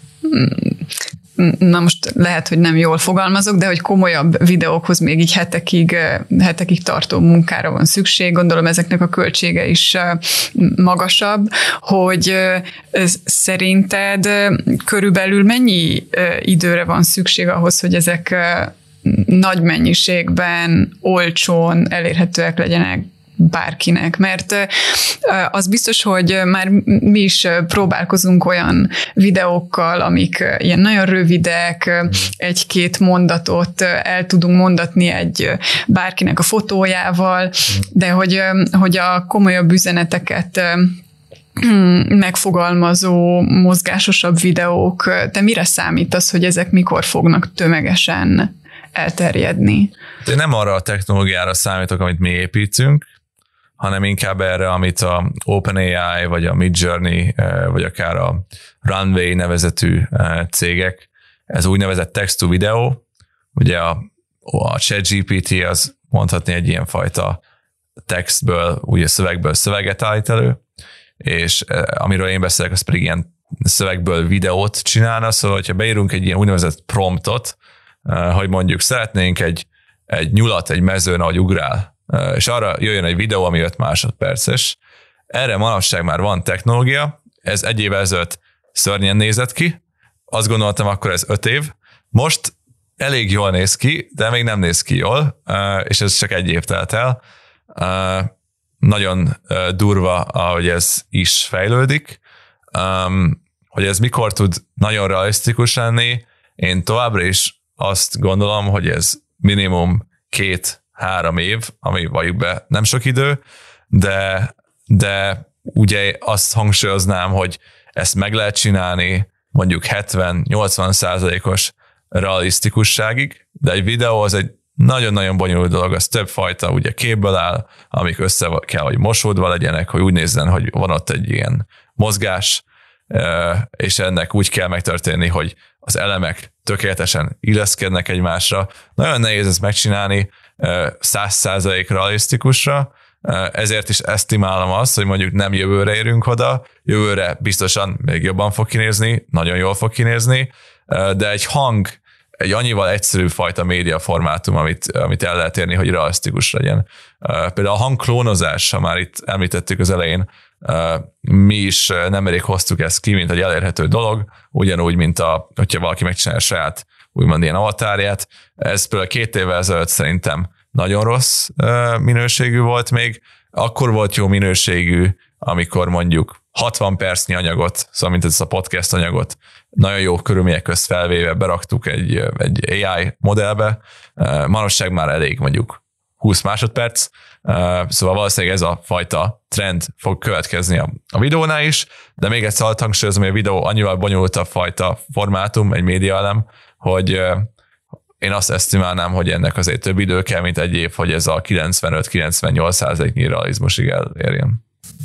na most lehet, hogy nem jól fogalmazok, de hogy komolyabb videókhoz még így hetekig tartó munkára van szükség. Gondolom ezeknek a költsége is magasabb, hogy szerinted körülbelül mennyi időre van szükség ahhoz, hogy ezek nagy mennyiségben, olcsón elérhetőek legyenek bárkinek, mert az biztos, hogy már mi is próbálkozunk olyan videókkal, amik ilyen nagyon rövidek, 1-2 mondatot el tudunk mondatni egy bárkinek a fotójával, de hogy a komolyabb üzeneteket megfogalmazó, mozgásosabb videók. Te mire számítasz, hogy ezek mikor fognak tömegesen elterjedni? Én nem arra a technológiára számítok, amit mi építünk, hanem inkább erre, amit a OpenAI, vagy a Midjourney, vagy akár a Runway nevezetű cégek, ez úgynevezett text-to-video, ugye a ChatGPT az mondhatni egy ilyen fajta textből, ugye szövegből szöveget állít elő, és amiről én beszélek, az pedig ilyen szövegből videót csinálna, szóval hogyha beírunk egy ilyen úgynevezett promptot, hogy mondjuk szeretnénk egy nyulat egy mezőn, ahogy ugrál, és arra jöjjön egy videó, ami 5 másodperces. Erre manapság már van technológia, ez 1 évvel ezelőtt szörnyen nézett ki, azt gondoltam, akkor ez 5 év, most elég jól néz ki, de még nem néz ki jól, és ez csak 1 év telt el. Nagyon durva, ahogy ez is fejlődik, hogy ez mikor tud nagyon realisztikus lenni, én továbbra is azt gondolom, hogy ez minimum 2-3 év, ami valljuk be nem sok idő, de ugye azt hangsúlyoznám, hogy ezt meg lehet csinálni mondjuk 70-80%-os realisztikusságig, de egy videó az egy nagyon-nagyon bonyolult dolog, az több fajta ugye képből áll, amik össze kell, hogy mosódva legyenek, hogy úgy nézzen, hogy van ott egy ilyen mozgás, és ennek úgy kell megtörténni, hogy az elemek tökéletesen illeszkednek egymásra. Nagyon nehéz ezt megcsinálni 100% realisztikusra, ezért is esztimálom azt, hogy mondjuk nem jövőre érünk oda, jövőre biztosan még jobban fog kinézni, nagyon jól fog kinézni, de egy hang, egy annyival egyszerűbb fajta médiaformátum, amit el lehet érni, hogy realisztikus legyen. Például a hangklónozás, ha már itt említettük az elején, mi is nemrég hoztuk ezt ki, mint egy elérhető dolog, ugyanúgy, mint hogyha valaki megcsinálja saját úgymond ilyen avatárját. Ez például 2 évvel ezelőtt szerintem nagyon rossz minőségű volt még. Akkor volt jó minőségű, amikor mondjuk 60 percnyi anyagot, szóval mint ez a podcast anyagot, nagyon jó körülmények közt felvéve beraktuk egy AI modellbe. Manapság már elég mondjuk 20 másodperc, szóval valószínűleg ez a fajta trend fog következni a videónál is, de még egyszer hangsúlyozom, hogy a videó annyival bonyolultabb fajta formátum, egy médiaelem, hogy én azt esztimálnám, hogy ennek azért több idő kell, mint 1 év, hogy ez a 95-98%-nyi realizmusig elérjen.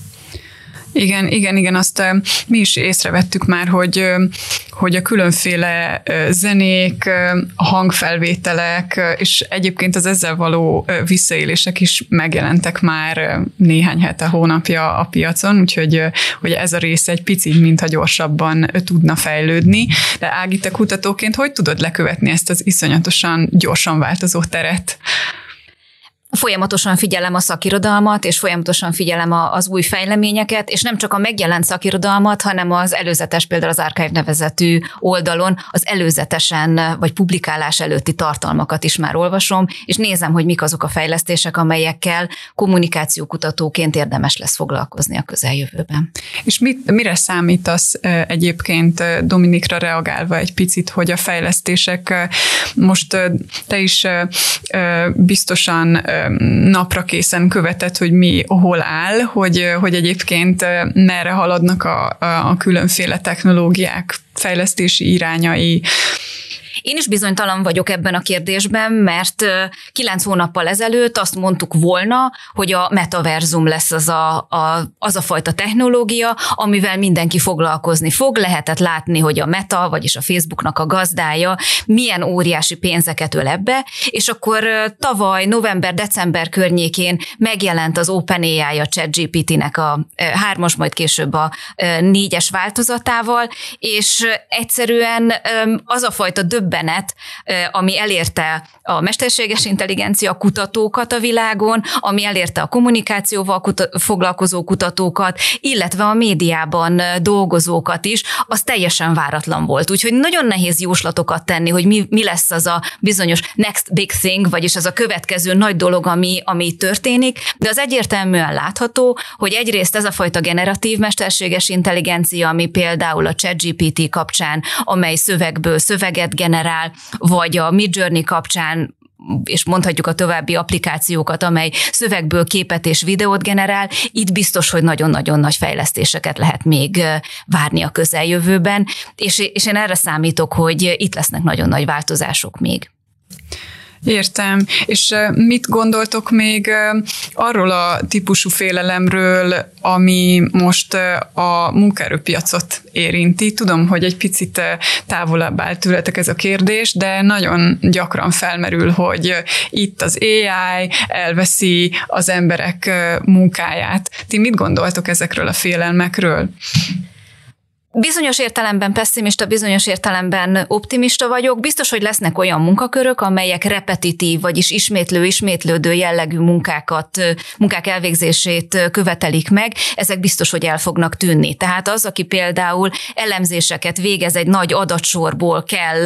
Igen, azt mi is észrevettük már, hogy a különféle zenék, hangfelvételek, és egyébként az ezzel való visszaélések is megjelentek már néhány hete, hónapja a piacon, úgyhogy hogy ez a része egy picit, mintha gyorsabban tudna fejlődni. De Ági, te kutatóként hogy tudod lekövetni ezt az iszonyatosan gyorsan változó teret? Folyamatosan figyelem a szakirodalmat, és folyamatosan figyelem az új fejleményeket, és nem csak a megjelent szakirodalmat, hanem az előzetes, például az Archive nevezetű oldalon az előzetesen vagy publikálás előtti tartalmakat is már olvasom, és nézem, hogy mik azok a fejlesztések, amelyekkel kommunikációkutatóként érdemes lesz foglalkozni a közeljövőben. És mire számítasz egyébként, Dominikra reagálva egy picit, hogy a fejlesztések, most te is biztosan napra készen követed, hogy mi hol áll, hogy egyébként merre haladnak a különféle technológiák fejlesztési irányai. Én is bizonytalan vagyok ebben a kérdésben, mert 9 hónappal ezelőtt azt mondtuk volna, hogy a metaverzum lesz az a fajta technológia, amivel mindenki foglalkozni fog. Lehetett látni, hogy a Meta, vagyis a Facebooknak a gazdája milyen óriási pénzeket öl ebbe, és akkor tavaly november-december környékén megjelent az OpenAI a ChatGPT-nek a 3-as, majd később a 4-es változatával, és egyszerűen az a fajta döbbenet, ami elérte a mesterséges intelligencia kutatókat a világon, ami elérte a kommunikációval foglalkozó kutatókat, illetve a médiában dolgozókat is, az teljesen váratlan volt. Úgyhogy nagyon nehéz jóslatokat tenni, hogy mi lesz az a bizonyos next big thing, vagyis az a következő nagy dolog, ami történik, de az egyértelműen látható, hogy egyrészt ez a fajta generatív mesterséges intelligencia, ami például a ChatGPT kapcsán, amely szövegből szöveget generál, vagy a Midjourney kapcsán és mondhatjuk a további applikációkat, amely szövegből képet és videót generál, itt biztos, hogy nagyon-nagyon nagy fejlesztéseket lehet még várni a közeljövőben, és én erre számítok, hogy itt lesznek nagyon nagy változások még. Értem. És mit gondoltok még arról a típusú félelemről, ami most a munkaerőpiacot érinti? Tudom, hogy egy picit távolabb áll tőletek ez a kérdés, de nagyon gyakran felmerül, hogy itt az AI elveszi az emberek munkáját. Ti mit gondoltok ezekről a félelmekről? Bizonyos értelemben pesszimista, bizonyos értelemben optimista vagyok. Biztos, hogy lesznek olyan munkakörök, amelyek repetitív, vagyis ismétlődő jellegű munkák elvégzését követelik meg. Ezek biztos, hogy el fognak tűnni. Tehát az, aki például elemzéseket végez, egy nagy adatsorból kell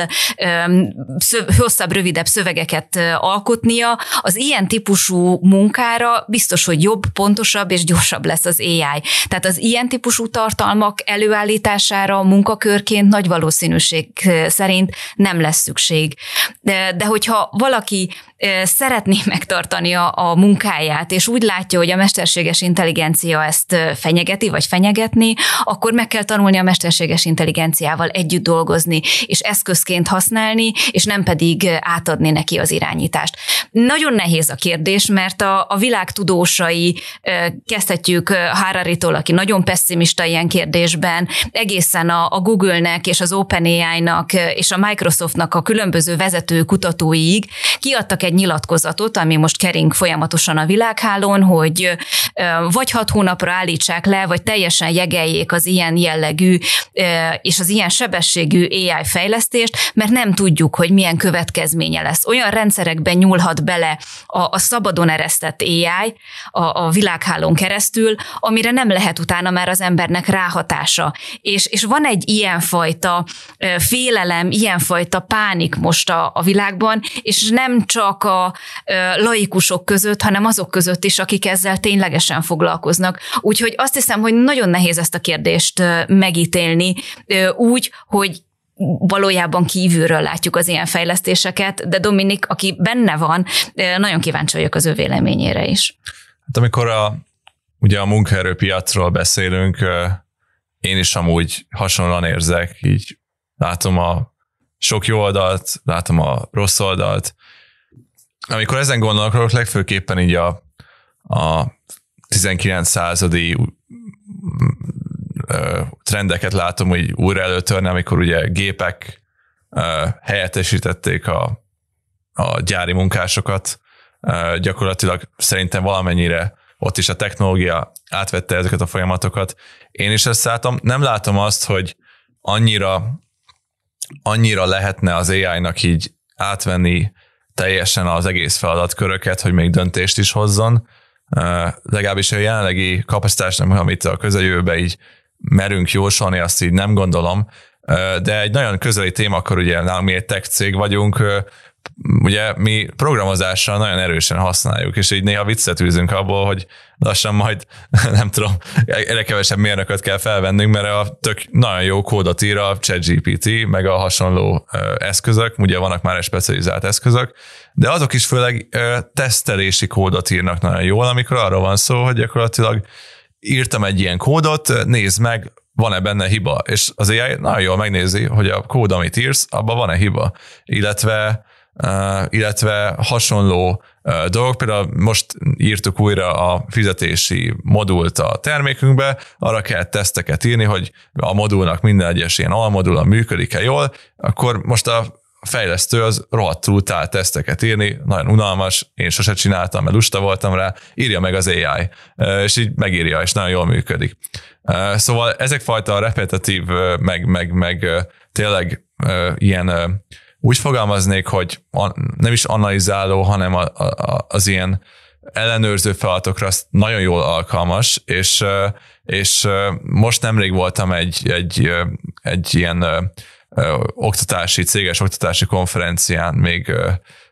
hosszabb, rövidebb szövegeket alkotnia, az ilyen típusú munkára biztos, hogy jobb, pontosabb és gyorsabb lesz az AI. Tehát az ilyen típusú tartalmak előállítására munkakörként nagy valószínűség szerint nem lesz szükség. De hogyha valaki szeretné megtartani a munkáját, és úgy látja, hogy a mesterséges intelligencia ezt fenyegeti, vagy fenyegetni, akkor meg kell tanulni a mesterséges intelligenciával együtt dolgozni, és eszközként használni, és nem pedig átadni neki az irányítást. Nagyon nehéz a kérdés, mert a világ tudósai, kezdhetjük Hararitól, aki nagyon pesszimista ilyen kérdésben, egészen a Google-nek és az OpenAI-nak és a Microsoftnak a különböző vezető kutatóiig kiadtak egy nyilatkozatot, ami most kering folyamatosan a világhálón, hogy vagy 6 hónapra állítsák le, vagy teljesen jegeljék az ilyen jellegű és az ilyen sebességű AI fejlesztést, mert nem tudjuk, hogy milyen következménye lesz. Olyan rendszerekben nyúlhat bele a szabadon eresztett AI a világhálón keresztül, amire nem lehet utána már az embernek ráhatása. És van egy ilyenfajta félelem, ilyenfajta pánik most a világban, és nem csak a laikusok között, hanem azok között is, akik ezzel ténylegesen foglalkoznak. Úgyhogy azt hiszem, hogy nagyon nehéz ezt a kérdést megítélni úgy, hogy valójában kívülről látjuk az ilyen fejlesztéseket, de Dominik, aki benne van, nagyon kíváncsi vagyok az ő véleményére is. Hát amikor ugye a munkaerőpiacról beszélünk, én is amúgy hasonlóan érzek, így látom a sok jó oldalt, látom a rossz oldalt. Amikor ezen gondolok, legfőképpen így a 19. századi trendeket látom, hogy újra előtörni, amikor ugye gépek helyettesítették a gyári munkásokat. Gyakorlatilag szerintem valamennyire ott is a technológia átvette ezeket a folyamatokat. Én is ezt látom. Nem látom azt, hogy annyira lehetne az AI-nak így átvenni teljesen az egész feladatköröket, hogy még döntést is hozzon. Legalábbis a jelenlegi kapacitásnak, amit a közeljövőben így merünk jósolni, azt így nem gondolom. De egy nagyon közeli témakör, ugye nálunk mi egy tech cég vagyunk, ugye mi programozással nagyon erősen használjuk, és így néha viccet űzünk abból, hogy lassan majd, nem tudom, egyre kevesebb mérnököt kell felvennünk, mert a tök nagyon jó kódot ír a ChatGPT, meg a hasonló eszközök, ugye vannak már specializált eszközök, de azok is főleg tesztelési kódot írnak nagyon jól, amikor arról van szó, hogy gyakorlatilag írtam egy ilyen kódot, nézd meg, van-e benne hiba, és az AI nagyon jól megnézi, hogy a kód, amit írsz, abban van-e hiba, illetve hasonló dolgok. Például most írtuk újra a fizetési modult a termékünkbe, arra kell teszteket írni, hogy a modulnak minden egyes ilyen almodula működik-e jól, akkor most a fejlesztő az rohadtul tál teszteket írni, nagyon unalmas, én sose csináltam, mert lusta voltam rá, írja meg az AI, és így megírja, és nagyon jól működik. Szóval ezek fajta repetitív, meg tényleg ilyen, úgy fogalmaznék, hogy nem is analizáló, hanem az ilyen ellenőrző feladatokra nagyon jól alkalmas, és most nemrég voltam egy ilyen céges oktatási konferencián még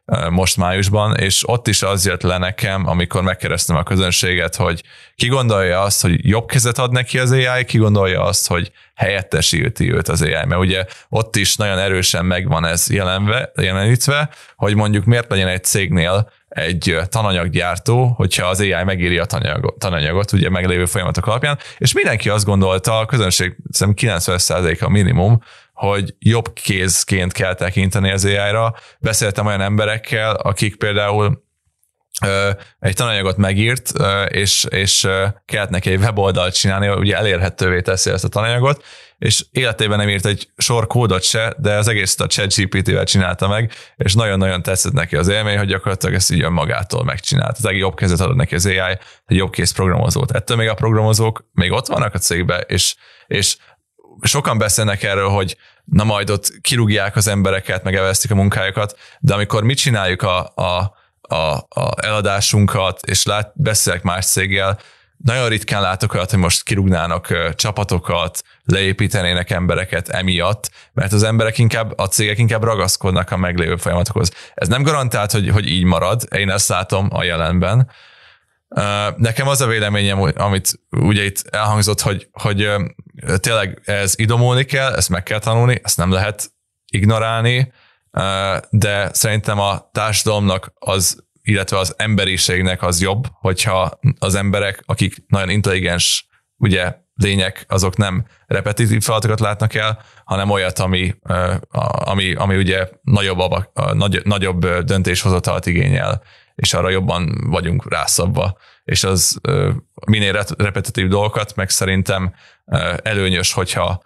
most májusban, és ott is az jött le nekem, amikor megkérdeztem a közönséget, hogy ki gondolja azt, hogy jobb kezet ad neki az AI, ki gondolja azt, hogy helyettesíti őt az AI, mert ugye ott is nagyon erősen megvan ez jelenítve, hogy mondjuk miért legyen egy cégnél egy tananyaggyártó, hogyha az AI megírja a tananyagot, ugye meglévő folyamatok alapján, és mindenki azt gondolta, a közönség szerintem 90%-a minimum, hogy jobb kézként kell tekinteni az AI-ra. Beszéltem olyan emberekkel, akik például egy tananyagot megírt, és kellett neki egy weboldalt csinálni, ugye elérhetővé teszi ezt a tananyagot, és életében nem írt egy sor kódot se, de az egészet a ChatGPT-vel csinálta meg, és nagyon-nagyon tetszett neki az élmény, hogy gyakorlatilag ezt így önmagától megcsinált. Az jobb kezet adott neki az AI, egy jobb kéz programozót. Ettől még a programozók még ott vannak a cégben, és sokan beszélnek erről, hogy na majd ott kirúgják az embereket, meg elvesztik a munkájukat, de amikor mi csináljuk a eladásunkat, és beszélek más céggel, nagyon ritkán látok olyat, hogy most kirúgnának csapatokat, leépítenének embereket emiatt, mert az emberek a cégek inkább ragaszkodnak a meglévő folyamatokhoz. Ez nem garantált, hogy így marad, én ezt látom a jelenben. Nekem az a véleményem, amit ugye itt elhangzott, hogy tényleg ez idomulni kell, ezt meg kell tanulni, ezt nem lehet ignorálni, de szerintem a társadalomnak illetve az emberiségnek az jobb, hogyha az emberek, akik nagyon intelligens ugye lények, azok nem repetitív feladatokat látnak el, hanem olyat, ami ugye nagyobb döntéshozatalt igényel, és arra jobban vagyunk rászabva. És az minél repetitív dolgokat, meg szerintem előnyös, hogyha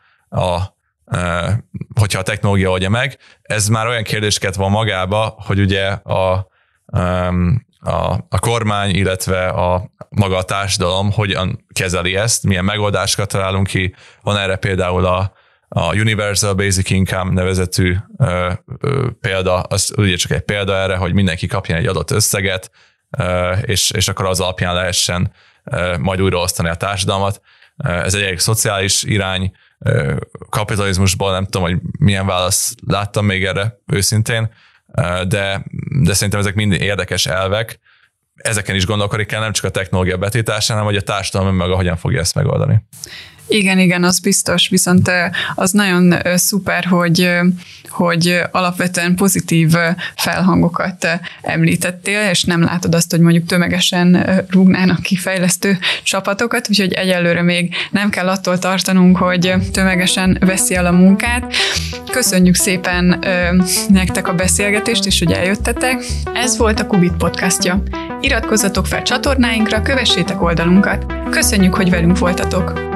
a technológia oldja meg. Ez már olyan kérdésket van magába, hogy ugye a kormány, illetve maga a társadalom hogyan kezeli ezt, milyen megoldásokat találunk ki. Van erre például a Universal Basic Income nevezetű példa, az ugye csak egy példa erre, hogy mindenki kapjon egy adott összeget, és akkor az alapján lehessen majd újraosztani a társadalmat. Ez egy elég szociális irány, kapitalizmusból nem tudom, hogy milyen választ láttam még erre őszintén, de szerintem ezek mind érdekes elvek. Ezeken is gondolkodni kell, nem csak a technológia betiltásán, hanem hogy a társadalom maga hogyan fogja ezt megoldani. Igen, az biztos, viszont az nagyon szuper, hogy alapvetően pozitív felhangokat említettél, és nem látod azt, hogy mondjuk tömegesen rúgnának ki fejlesztő csapatokat, úgyhogy egyelőre még nem kell attól tartanunk, hogy tömegesen veszi el a munkát. Köszönjük szépen nektek a beszélgetést, és hogy eljöttetek. Ez volt a Qubit podcastja. Iratkozzatok fel csatornáinkra, kövessétek oldalunkat. Köszönjük, hogy velünk voltatok!